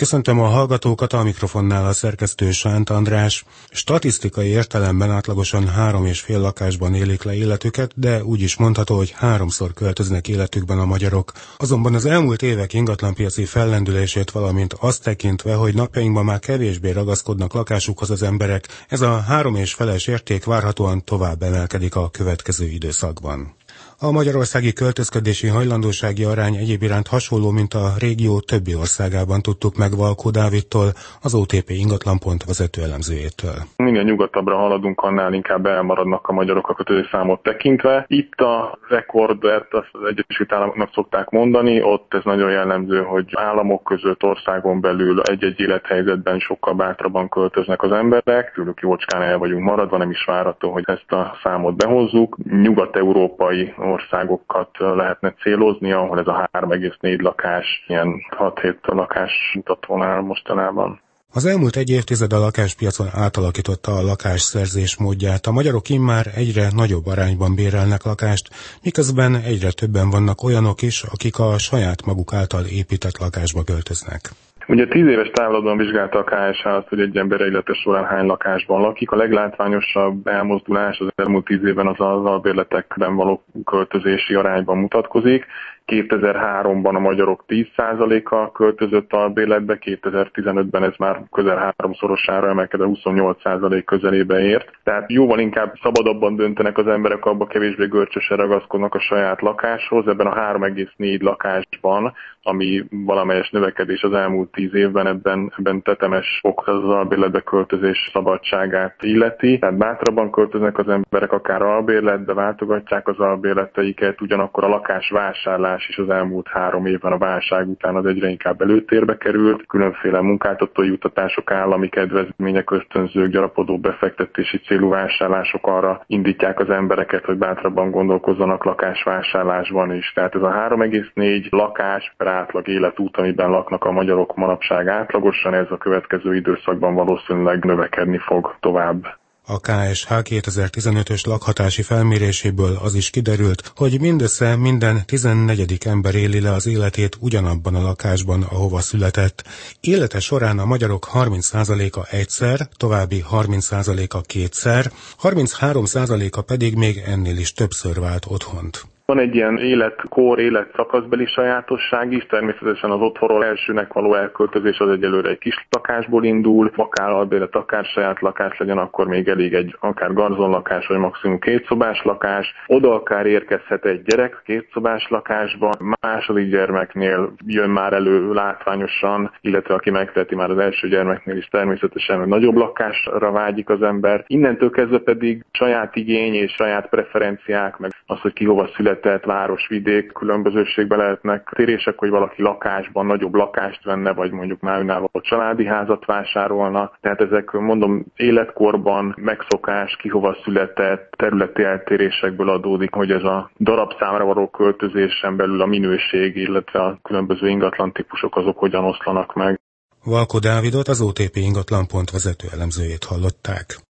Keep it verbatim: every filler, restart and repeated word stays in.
Köszöntöm a hallgatókat, a mikrofonnál a szerkesztő Sánt András. Statisztikai értelemben átlagosan három és fél lakásban élik le életüket, de úgy is mondható, hogy háromszor költöznek életükben a magyarok. Azonban az elmúlt évek ingatlanpiaci fellendülését, valamint azt tekintve, hogy napjainkban már kevésbé ragaszkodnak lakásukhoz az emberek, ez a három és feles érték várhatóan tovább emelkedik a következő időszakban. A magyarországi költözködési hajlandósági arány egyéb iránt hasonló, mint a régió többi országában, tudtuk meg Valkó Dávidtól, az o té pé ingatlanpont vezető elemzőjétől. Minél nyugatabbra haladunk, annál inkább elmaradnak a magyarok a kötődésszámot tekintve. Itt a rekordert azt az Egyesült Államoknak szokták mondani, ott ez nagyon jellemző, hogy államok között, országon belül egy-egy élethelyzetben sokkal bátrabban költöznek az emberek. Tőlük jócskán el vagyunk maradva, nem is várható, hogy ezt a számot behozzuk. Nyugat-európai országokat lehetne célozni, ahol ez a három egész négy lakás, ilyen hat-hét lakás mutatónál mostanában. Az elmúlt egy évtized a lakáspiacon átalakította a lakásszerzés módját. A magyarok immár egyre nagyobb arányban bérelnek lakást, miközben egyre többen vannak olyanok is, akik a saját maguk által épített lakásba költöznek. Ugye tíz éves távlatban vizsgálta a ká es há azt, hogy egy ember élete során hány lakásban lakik. A leglátványosabb elmozdulás az elmúlt tíz évben az az albérletekben való költözési arányban mutatkozik. kétezer-háromban a magyarok tíz százaléka költözött albérletbe, kétezer-tizenötben ez már közel háromszorosára emelkedve huszonnyolc százalék közelébe ért. Tehát jóval inkább szabadabban döntenek az emberek, abba kevésbé görcsösen ragaszkodnak a saját lakáshoz. Ebben a három egész négy lakásban, ami valamelyes növekedés az elmúlt tíz évben, ebben, ebben tetemes ok az albérletbe költözés szabadságát illeti. Tehát bátrabban költöznek az emberek, akár albérletbe, váltogatják az albérleteiket, ugyanakkor a lakásvásárlás is az elmúlt három évben a válság után az egyre inkább előtérbe került. Különféle munkáltatói juttatások, állami kedvezmények, ösztönzők, gyarapodó befektetési célú vásárlások arra indítják az embereket, hogy bátrabban gondolkozzanak lakásvásárlásban is. Tehát ez a három egész négy lakás per átlag életút, amiben laknak a magyarok manapság átlagosan, ez a következő időszakban valószínűleg növekedni fog tovább. A ká es há kétezer-tizenötös lakhatási felméréséből az is kiderült, hogy mindössze minden tizennegyedik ember éli le az életét ugyanabban a lakásban, ahova született. Élete során a magyarok harminc százaléka egyszer, további harminc százaléka kétszer, harminchárom százaléka pedig még ennél is többször vált otthont. Van egy ilyen életkor, életszakaszbeli sajátosság is, természetesen az otthonról elsőnek való elköltözés az egyelőre egy kis lakásból indul, akár albérlet, akár saját lakás legyen, akkor még elég egy akár garzonlakás, vagy maximum kétszobás lakás. Oda akár érkezhet egy gyerek kétszobás lakásba, második gyermeknél jön már elő látványosan, illetve aki megteheti már az első gyermeknél is természetesen, hogy nagyobb lakásra vágyik az ember. Innentől kezdve pedig saját igény és saját preferenciák, meg az, hogy ki hova született, tehát város-vidék különbözőségben lehetnek térések, hogy valaki lakásban nagyobb lakást venne, vagy mondjuk már önálló családi házat vásárolna. Tehát ezek, mondom, életkorban megszokás, ki hova született, területi eltérésekből adódik, hogy ez a darabszámra való költözésen belül a minőség, illetve a különböző ingatlan típusok azok hogyan oszlanak meg. Valkó Dávidot, az o té pé ingatlanpont vezető elemzőjét hallották.